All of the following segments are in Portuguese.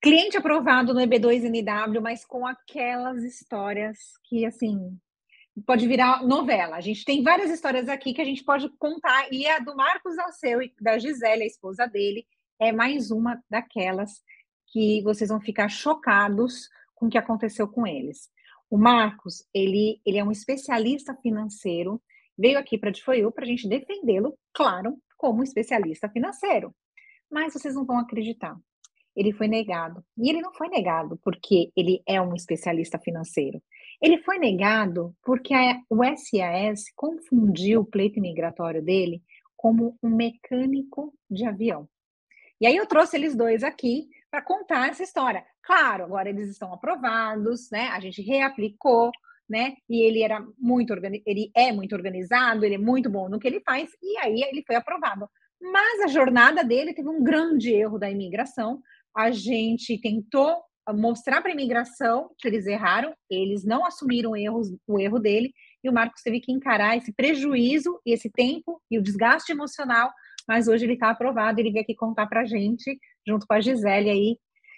Cliente aprovado no EB2NW, mas com aquelas histórias que, assim, pode virar novela. A gente tem várias histórias aqui que a gente pode contar, e a do Marcos Alceu e da Gisele, a esposa dele, é mais uma daquelas que vocês vão ficar chocados com o que aconteceu com eles. O Marcos, ele é um especialista financeiro, veio aqui para a DFOIU para a gente defendê-lo, claro, como especialista financeiro. Mas vocês não vão acreditar. Ele foi negado. E ele não foi negado porque ele é um especialista financeiro. Ele foi negado porque o SAS confundiu o pleito migratório dele como um mecânico de avião. E aí eu trouxe eles dois aqui para contar essa história. Claro, agora eles estão aprovados, né? A gente reaplicou, né? E ele é muito organizado, ele é muito bom no que ele faz, e aí ele foi aprovado. Mas a jornada dele teve um grande erro da imigração. A gente tentou mostrar para a imigração que eles erraram, eles não assumiram o erro dele, e o Marcos teve que encarar esse prejuízo, esse tempo e o desgaste emocional, mas hoje ele está aprovado, ele veio aqui contar para a gente, junto com a Gisele aí.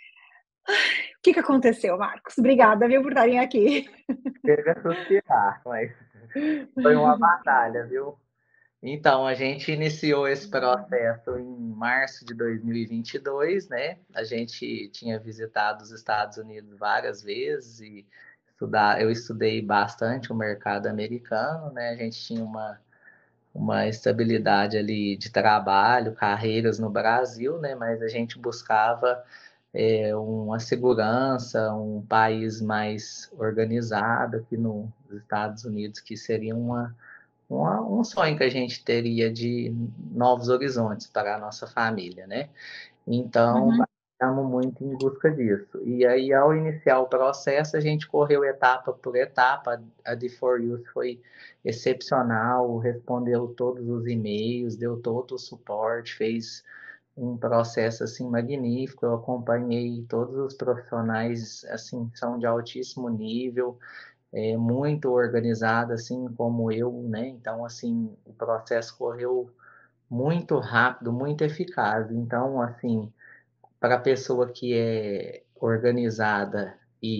O que aconteceu, Marcos? Obrigada, viu, por estarem aqui. Teve a suspirar, mas foi uma batalha, viu? Então, a gente iniciou esse processo em março de 2022, né? A gente tinha visitado os Estados Unidos várias vezes e eu estudei bastante o mercado americano, né? A gente tinha uma estabilidade ali de trabalho, carreiras no Brasil, né? Mas a gente buscava uma segurança, um país mais organizado aqui nos Estados Unidos, que seria um sonho que a gente teria de novos horizontes para a nossa família, né? Então, Uhum. estamos muito em busca disso. E aí, ao iniciar o processo, a gente correu etapa por etapa. A D4U foi excepcional, respondeu todos os e-mails, deu todo o suporte, fez um processo assim magnífico. Eu acompanhei todos os profissionais, assim, são de altíssimo nível, muito organizado, assim como eu, né? Então, assim, o processo correu muito rápido, muito eficaz. Então, assim, para a pessoa que é organizada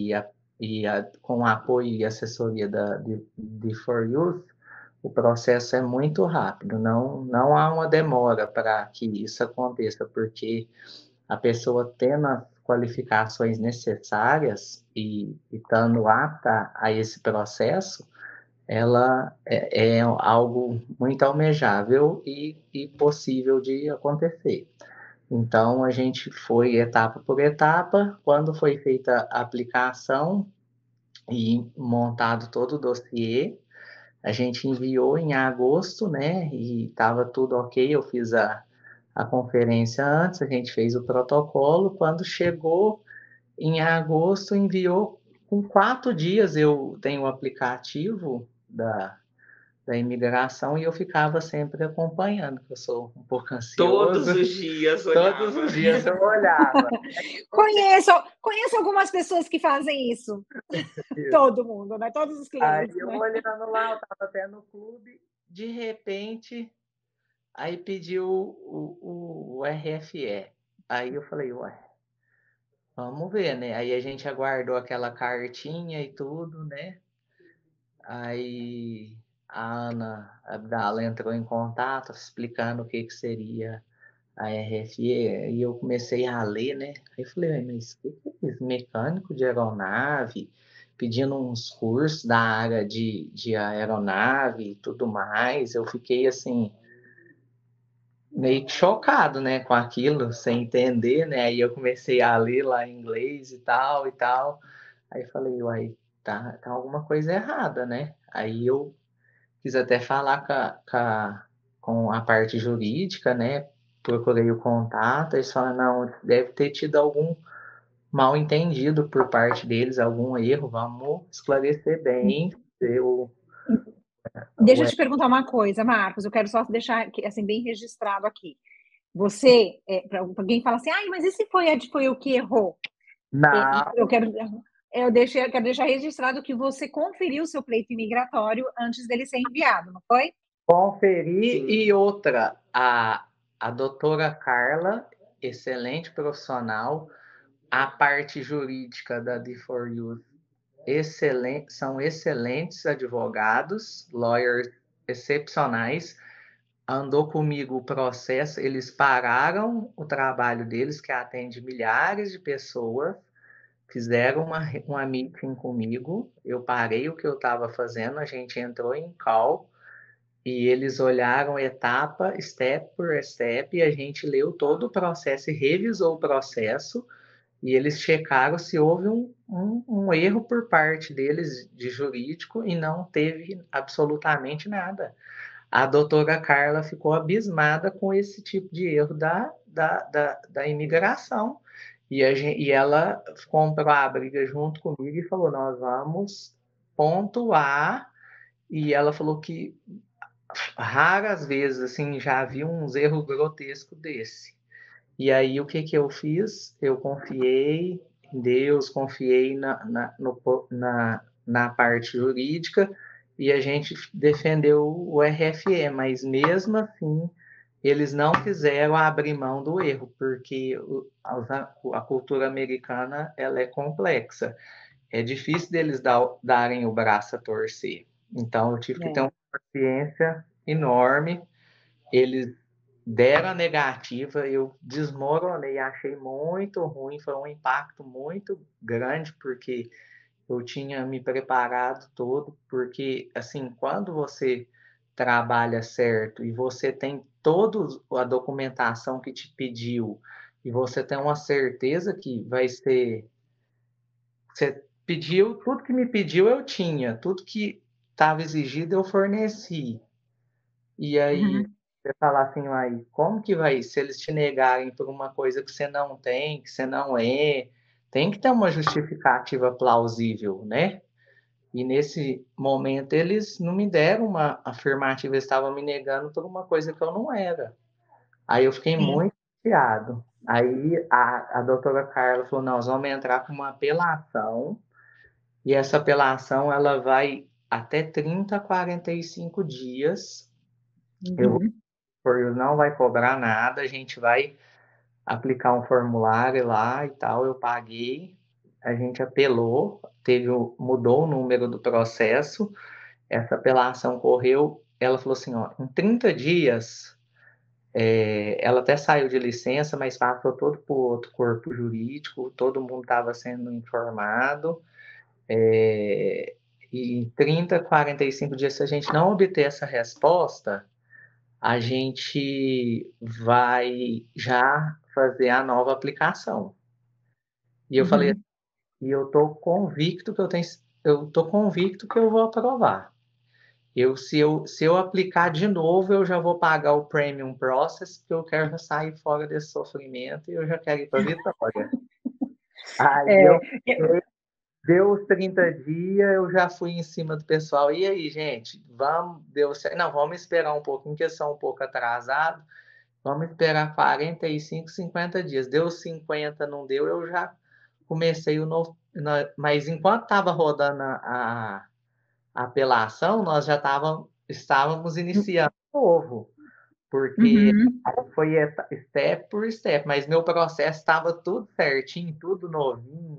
com apoio e assessoria de For Youth, o processo é muito rápido, não há uma demora para que isso aconteça, porque a pessoa tendo as qualificações necessárias e estando apta a esse processo, ela é algo muito almejável e possível de acontecer. Então, a gente foi etapa por etapa. Quando foi feita a aplicação e montado todo o dossiê, a gente enviou em agosto, né? E estava tudo ok. Eu fiz a conferência antes, a gente fez o protocolo. Quando chegou em agosto, enviou com 4 dias. Eu tenho o aplicativo da imigração e eu ficava sempre acompanhando, porque eu sou um pouco Todos ansioso. os dias Todos olhava. os dias eu olhava. Conheço algumas pessoas que fazem isso. Todo mundo, né? Todos os Aí clientes, eu né? olhando lá, eu tava até no clube, de repente, aí pediu o RFE. Aí eu falei, ué, vamos ver, né? Aí a gente aguardou aquela cartinha e tudo, né? Aí a Ana Abdala entrou em contato, explicando o que que seria a RFE, e eu comecei a ler, né? Aí eu falei, mas o que é isso? Mecânico de aeronave, pedindo uns cursos da área de aeronave e tudo mais. Eu fiquei assim, meio que chocado, né, com aquilo, sem entender, né? Aí eu comecei a ler lá em inglês e tal e tal. Aí falei, uai, tá alguma coisa errada, né? Aí eu quis até falar com a parte jurídica, né? Procurei o contato, eles falaram, não, deve ter tido algum mal entendido por parte deles, algum erro, vamos esclarecer bem. Eu, Deixa o, eu te perguntar uma coisa, Marcos. Eu quero só deixar assim bem registrado aqui. Você, para alguém fala assim, mas e se foi o que errou? não, Eu quero deixar registrado que você conferiu o seu pleito imigratório antes dele ser enviado, não foi? conferi. Sim. E outra, a doutora Carla, excelente profissional, A parte jurídica da D4U são excelentes advogados, lawyers excepcionais. Andou comigo o processo, eles pararam o trabalho deles, que atende milhares de pessoas, fizeram uma meeting comigo, eu parei o que eu estava fazendo, a gente entrou em call, e eles olharam etapa, step por step, e a gente leu todo o processo e revisou o processo, e eles checaram se houve um erro por parte deles de jurídico e não teve absolutamente nada. A doutora Carla ficou abismada com esse tipo de erro da imigração. E ela comprou a briga junto comigo e falou: nós vamos pontuar. E ela falou que raras vezes assim já havia uns erros grotescos desse. E aí o que que eu fiz? Eu confiei em Deus, confiei na parte jurídica e a gente defendeu o RFE, mas mesmo assim eles não quiseram abrir mão do erro, porque a cultura americana ela é complexa. É difícil deles darem o braço a torcer. Então eu tive que ter uma paciência enorme. Eles deram a negativa, eu desmoronei, achei muito ruim, foi um impacto muito grande, porque eu tinha me preparado todo, porque, assim, quando você trabalha certo e você tem toda a documentação que te pediu, e você tem uma certeza que vai ser... Você pediu, tudo que me pediu eu tinha, tudo que estava exigido eu forneci. E aí Uhum. você fala assim, aí, como que vai, se eles te negarem por uma coisa que você não tem, que você não é, tem que ter uma justificativa plausível, né? E nesse momento eles não me deram uma afirmativa, eles estavam me negando por uma coisa que eu não era. Aí eu fiquei Sim. muito chateado. Aí a doutora Carla falou, não, nós vamos entrar com uma apelação, e essa apelação ela vai até 30 a 45 dias. Eu Uhum. não vai cobrar nada, a gente vai aplicar um formulário lá e tal. Eu paguei, a gente apelou, mudou o número do processo, essa apelação correu. Ela falou assim: ó, em 30 dias, ela até saiu de licença, mas passou todo para o outro corpo jurídico, todo mundo estava sendo informado. E em 30, 45 dias, se a gente não obter essa resposta, a gente vai já fazer a nova aplicação. E eu falei, Uhum. e eu tô convicto que eu vou aprovar. Se eu aplicar de novo, eu já vou pagar o Premium Process, porque eu quero sair fora desse sofrimento e eu já quero ir para a Vitória. Aí É, eu deu os 30 dias, eu já fui em cima do pessoal. E aí, gente, vamos, deu certo. Não, vamos esperar um pouquinho, que eles são um pouco atrasados. Vamos esperar 45, 50 dias. Deu 50, não deu, eu já comecei o novo. Mas enquanto estava rodando a apelação, nós já estávamos iniciando o novo, porque uhum. foi step por step, mas meu processo estava tudo certinho, tudo novinho,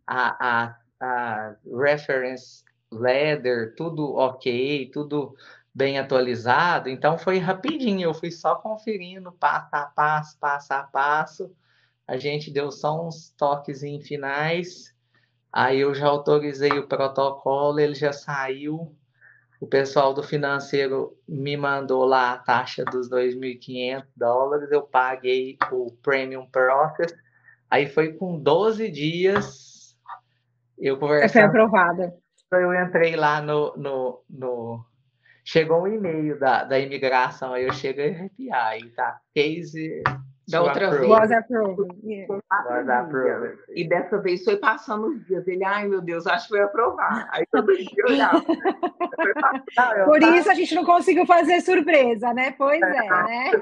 a reference letter, tudo ok, tudo bem atualizado, então foi rapidinho, eu fui só conferindo passo a passo, passo a passo, a gente deu só uns toques em finais, aí eu já autorizei o protocolo, ele já saiu, o pessoal do financeiro me mandou lá a taxa dos $2.500, eu paguei o Premium Process, aí foi com 12 dias, eu Você foi conversando, aprovada. eu entrei lá no chegou um e-mail da imigração, aí eu cheguei a arrepiar, aí tá, case Da to outra approve. vez, Was approved. Yeah. Was approved. e dessa vez foi passando os dias. Ele, ai meu Deus, acho que foi aprovar. Aí todo dia eu olhava. Não, eu Por tava... isso a gente não conseguiu fazer surpresa, né? Pois é, né?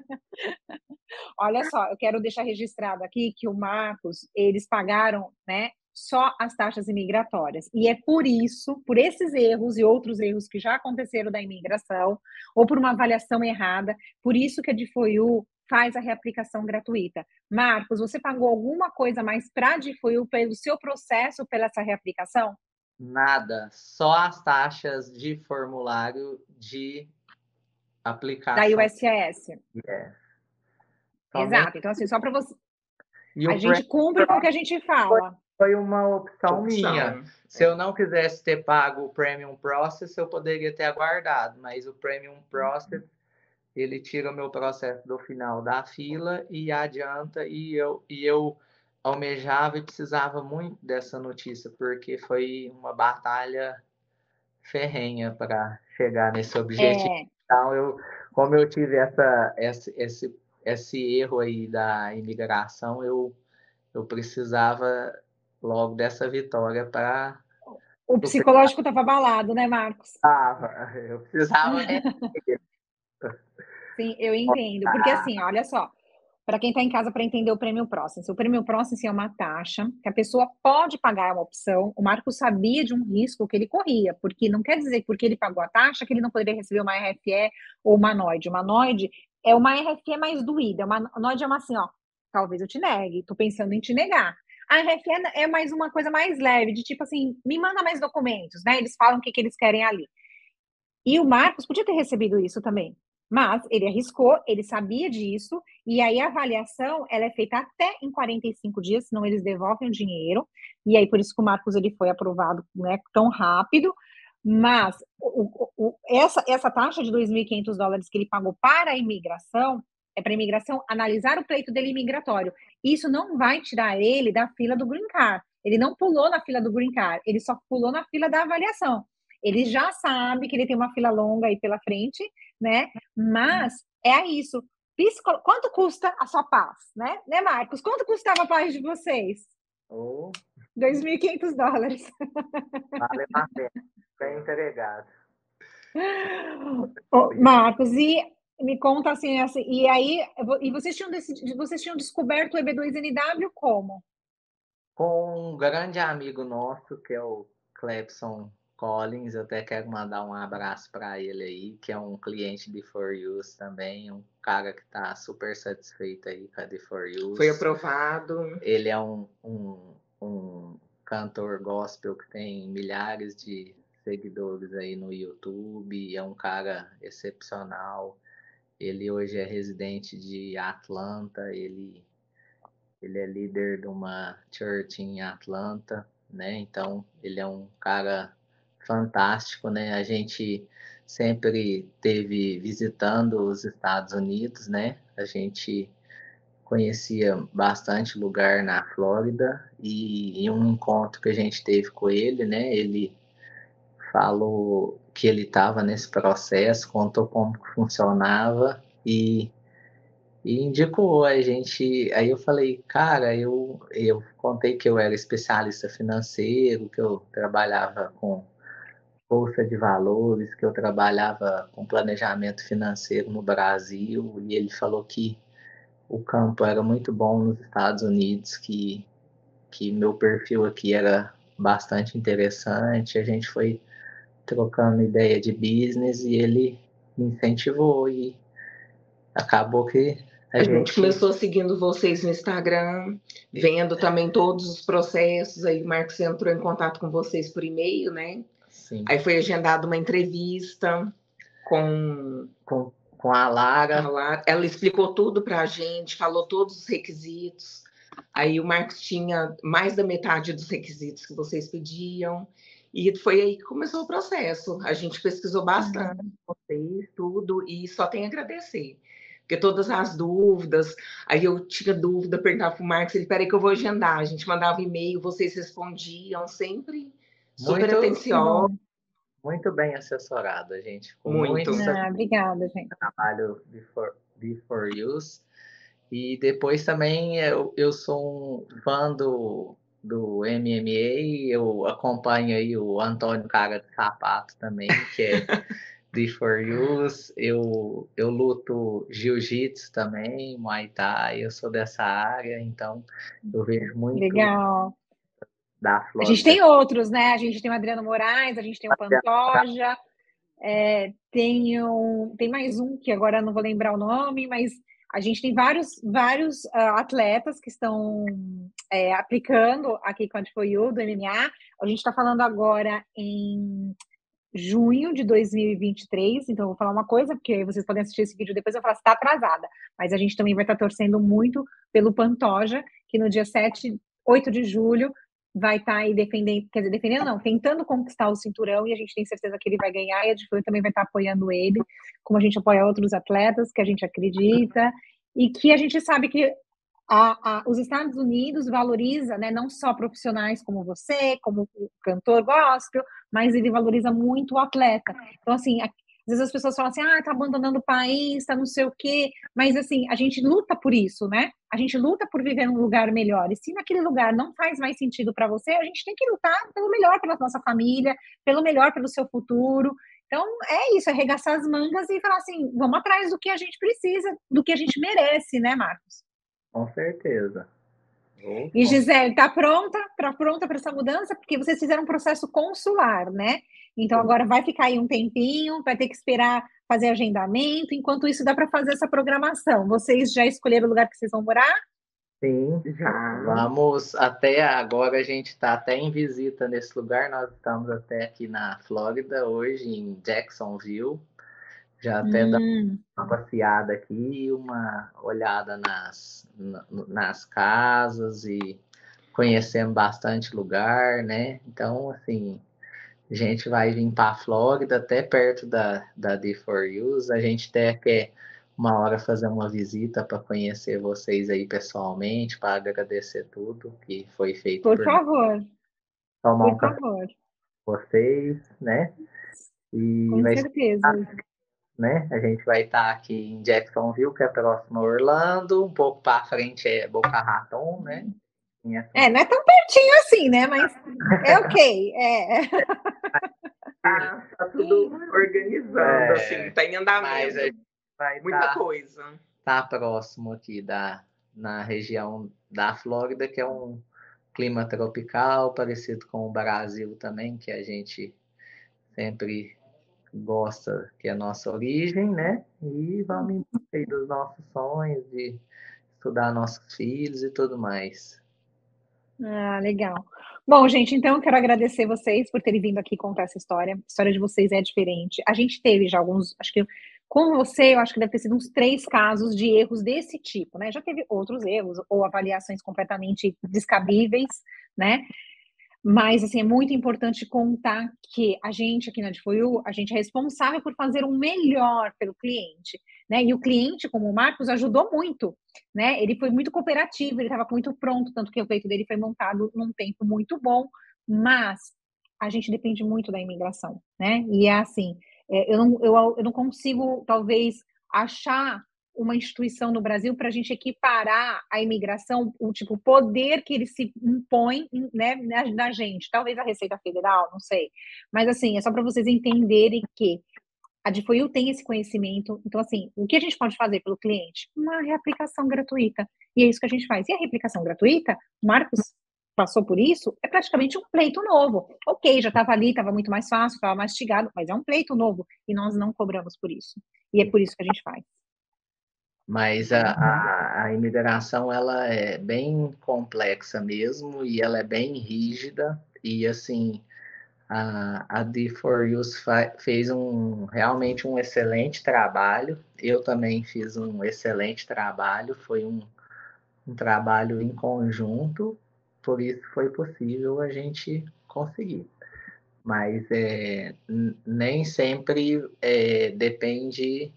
Olha só, eu quero deixar registrado aqui que o Marcos, eles pagaram, né, só as taxas imigratórias. E é por isso, por esses erros e outros erros que já aconteceram da imigração, ou por uma avaliação errada, por isso que a D4U faz a reaplicação gratuita. Marcos, você pagou alguma coisa mais para a DFOU pelo seu processo, pela essa reaplicação? Nada, só as taxas de formulário de Da aplicação. USCIS. É. Somente. Exato. Então, assim, só para você. E A o gente cumpre com o que a gente fala. foi uma opção minha. Se eu não quisesse ter pago o Premium Process, eu poderia ter aguardado, mas o Premium Process, ele tira o meu processo do final da fila e adianta, e eu almejava e precisava muito dessa notícia, porque foi uma batalha ferrenha para chegar nesse objetivo. É, Então, como eu tive esse erro aí da imigração, eu precisava logo dessa vitória para o psicológico estava abalado, né, Marcos? eu precisava Sim, eu entendo. Porque assim, olha só, para quem está em casa para entender o Premium Process. O Premium Process é uma taxa que a pessoa pode pagar, é uma opção. O Marcos sabia de um risco que ele corria, porque não quer dizer que porque ele pagou a taxa que ele não poderia receber uma RFE ou uma NOID. Uma NOID é uma RFE mais doída. Uma NOID é uma assim, ó, talvez eu te negue, tô pensando em te negar. A RFE é mais uma coisa mais leve, de tipo assim, me manda mais documentos, né? Eles falam o que eles querem ali. E o Marcos podia ter recebido isso também, mas ele arriscou, ele sabia disso, e aí a avaliação ela é feita até em 45 dias, senão eles devolvem o dinheiro, e aí por isso que o Marcos ele foi aprovado, né, tão rápido, mas essa taxa de $2.500 que ele pagou para a imigração, é para a imigração analisar o pleito dele imigratório. Isso não vai tirar ele da fila do Green Card. Ele não pulou na fila do Green Card, ele só pulou na fila da avaliação. Ele já sabe que ele tem uma fila longa aí pela frente, né? Mas é isso. Quanto custa a sua paz, né? Né, Marcos? Quanto custava a paz de vocês? Oh, $2.500. vale a pena. Bem entregado. Marcos, e me conta assim, e aí, e vocês tinham descoberto o EB2NW como? Com um grande amigo nosso, que é o Clebson Collins, eu até quero mandar um abraço para ele aí, que é um cliente de For Use também, um cara que está super satisfeito aí com a de For Use. Foi aprovado. Ele é um cantor gospel que tem milhares de seguidores aí no YouTube, é um cara excepcional. Ele hoje é residente de Atlanta, ele é líder de uma church em Atlanta, né? Então, ele é um cara fantástico, né? A gente sempre teve visitando os Estados Unidos, né? A gente conhecia bastante lugar na Flórida e em um encontro que a gente teve com ele, né? Ele falou que ele estava nesse processo, contou como funcionava e indicou a gente. Aí eu falei, cara, eu contei que eu era especialista financeiro, que eu trabalhava com bolsa de valores, que eu trabalhava com planejamento financeiro no Brasil, e ele falou que o campo era muito bom nos Estados Unidos, que meu perfil aqui era bastante interessante. A gente foi trocando ideia de business e ele me incentivou e acabou que a gente começou seguindo vocês no Instagram, vendo também todos os processos. Aí o Marcos entrou em contato com vocês por e-mail, né? Sim. Aí foi agendada uma entrevista com a Lara. Ela explicou tudo para a gente, falou todos os requisitos. Aí o Marcos tinha mais da metade dos requisitos que vocês pediam. E foi aí que começou o processo. A gente pesquisou bastante vocês, tudo, e só tem a agradecer. Porque todas as dúvidas, aí eu tinha dúvida, perguntava para o Marcos, ele, peraí que eu vou agendar. A gente mandava e-mail, vocês respondiam, sempre super atenciosos. Muito bem assessorado, a gente. Muito. Obrigada, gente. Trabalho Before Use. E depois também eu sou um fã do MMA, eu acompanho aí o Antônio Cara de Sapato também, que é Before Use. Eu luto jiu-jitsu também, Muay Thai, eu sou dessa área, então eu vejo muito. Legal. Da Flórida. A gente tem outros, né? A gente tem o Adriano Moraes, a gente tem o Pantoja, tem mais um que agora não vou lembrar o nome, mas a gente tem vários atletas que estão aplicando aqui com a DFOU do MMA. A gente está falando agora em junho de 2023, então eu vou falar uma coisa, porque vocês podem assistir esse vídeo depois, eu vou falar se está atrasada, mas a gente também vai estar torcendo muito pelo Pantoja, que no dia 8 de julho vai estar aí defendendo, quer dizer, defendendo não, tentando conquistar o cinturão, e a gente tem certeza que ele vai ganhar, e a DFOU também vai estar apoiando ele, como a gente apoia outros atletas, que a gente acredita, e que a gente sabe que os Estados Unidos valoriza, né, não só profissionais como você, como o cantor gospel, mas ele valoriza muito o atleta. Então, assim, às vezes as pessoas falam assim, tá abandonando o país, tá não sei o quê, mas, assim, a gente luta por isso, né? A gente luta por viver num lugar melhor, e se naquele lugar não faz mais sentido para você, a gente tem que lutar pelo melhor pela nossa família, pelo melhor pelo seu futuro. Então, é isso, arregaçar as mangas e falar assim, vamos atrás do que a gente precisa, do que a gente merece, né, Marcos? Com certeza. E Gisele, está pronta para essa mudança? Porque vocês fizeram um processo consular, né? Então agora vai ficar aí um tempinho, vai ter que esperar fazer agendamento. Enquanto isso, dá para fazer essa programação. Vocês já escolheram o lugar que vocês vão morar? Sim, já. Vamos até agora, a gente está até em visita nesse lugar. Nós estamos até aqui na Flórida hoje, em Jacksonville. Já até dá uma passeada aqui, uma olhada nas casas e conhecendo bastante lugar, né? Então, assim, a gente vai vir para a Flórida, até perto da D4Us. A gente até quer uma hora fazer uma visita para conhecer vocês aí pessoalmente, para agradecer tudo que foi feito por favor. Tomar por um café favor. com vocês, né? E com certeza. Né? A gente vai estar aqui em Jacksonville, que é próximo a Orlando, um pouco para frente é Boca Raton, né? Não é tão pertinho assim, né? Mas é ok. Tá tudo organizando, assim, tá em andamento. Muita coisa. Tá próximo aqui na região da Flórida, que é um clima tropical, parecido com o Brasil também, que a gente sempre gosta, que é a nossa origem, né? E vamos em busca dos nossos sonhos, de estudar nossos filhos e tudo mais. Legal. Bom, gente, então eu quero agradecer vocês por terem vindo aqui contar essa história. A história de vocês é diferente. A gente teve já alguns, acho que com você, eu acho que deve ter sido uns 3 casos de erros desse tipo, né? Já teve outros erros ou avaliações completamente descabíveis, né? Mas, assim, é muito importante contar que a gente aqui na DFOU, a gente é responsável por fazer o melhor pelo cliente, né? E o cliente, como o Marcos, ajudou muito, né? Ele foi muito cooperativo, ele estava muito pronto, tanto que o peito dele foi montado num tempo muito bom, mas a gente depende muito da imigração, né? E é assim, eu não consigo, talvez, achar uma instituição no Brasil para a gente equiparar a imigração, o tipo poder que ele se impõe, né, na gente. Talvez a Receita Federal, não sei. Mas, assim, é só para vocês entenderem que a DFOU tem esse conhecimento. Então, assim, o que a gente pode fazer pelo cliente? Uma reaplicação gratuita. E é isso que a gente faz. E a reaplicação gratuita, Marcos passou por isso, é praticamente um pleito novo. Ok, já estava ali, estava muito mais fácil, estava mastigado, mas é um pleito novo. E nós não cobramos por isso. E é por isso que a gente faz. Mas a imigração, ela é bem complexa mesmo, e ela é bem rígida, e assim, a D4Us fez realmente um excelente trabalho. Eu também fiz um excelente trabalho, foi um trabalho em conjunto, por isso foi possível a gente conseguir. Mas nem sempre depende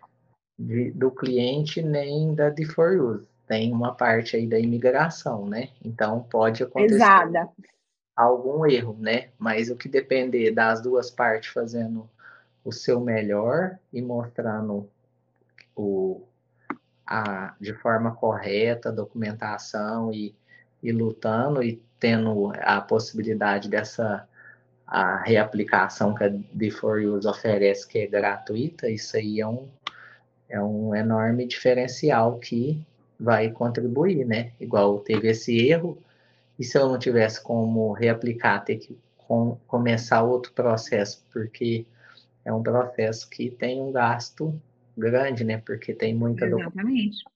do cliente nem da D4Us. Tem uma parte aí da imigração, né? Então pode acontecer algum erro, né? Mas o que depender das duas partes fazendo o seu melhor e mostrando de forma correta a documentação e lutando e tendo a possibilidade dessa a reaplicação que a D4Us oferece, que é gratuita, isso aí é um enorme diferencial que vai contribuir, né? Igual teve esse erro, e se eu não tivesse como reaplicar, ter que começar outro processo, porque é um processo que tem um gasto grande, né? Porque tem muita documentação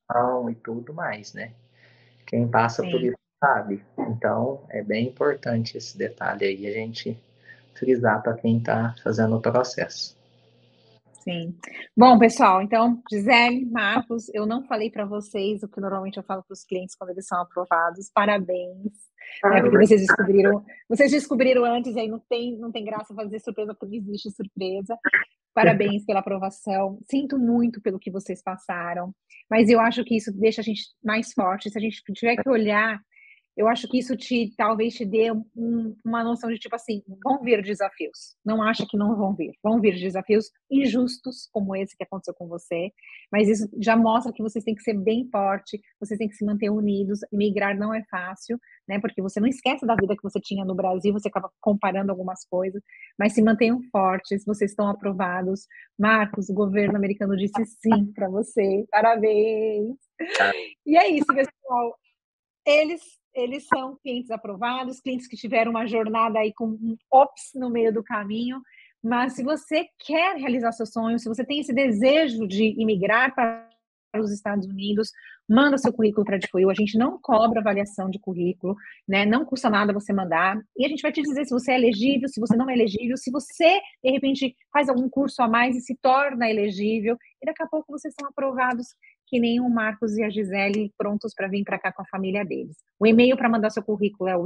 e tudo mais, né? Quem passa por Sim. isso sabe. Então, é bem importante esse detalhe aí, a gente frisar para quem está fazendo o processo. Sim. Bom, pessoal, então, Gisele, Marcos, eu não falei para vocês o que normalmente eu falo para os clientes quando eles são aprovados. Parabéns, né? Porque vocês descobriram antes, aí não tem graça fazer surpresa, porque não existe surpresa. Parabéns pela aprovação. Sinto muito pelo que vocês passaram, mas eu acho que isso deixa a gente mais forte. Se a gente tiver que olhar, eu acho que isso talvez te dê uma noção de tipo assim, vão vir desafios. Não acha que não vão vir. Vão vir desafios injustos, como esse que aconteceu com você, mas isso já mostra que vocês têm que ser bem forte, vocês têm que se manter unidos. Migrar não é fácil, né? Porque você não esquece da vida que você tinha no Brasil, você acaba comparando algumas coisas, mas se mantenham fortes, vocês estão aprovados. Marcos, o governo americano disse sim para você. Parabéns! E é isso, pessoal. Eles são clientes aprovados, clientes que tiveram uma jornada aí com um ops no meio do caminho, mas se você quer realizar seu sonho, se você tem esse desejo de imigrar para os Estados Unidos, manda seu currículo para a D4U, a gente não cobra avaliação de currículo, né? Não custa nada você mandar, e a gente vai te dizer se você é elegível, se você não é elegível, se você, de repente, faz algum curso a mais e se torna elegível, e daqui a pouco vocês são aprovados que nem o Marcos e a Gisele prontos para vir para cá com a família deles. O e-mail para mandar seu currículo é o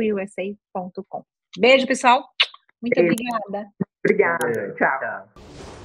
info@d4uusa.com. Beijo, pessoal. Muito obrigada. Obrigada. Tchau.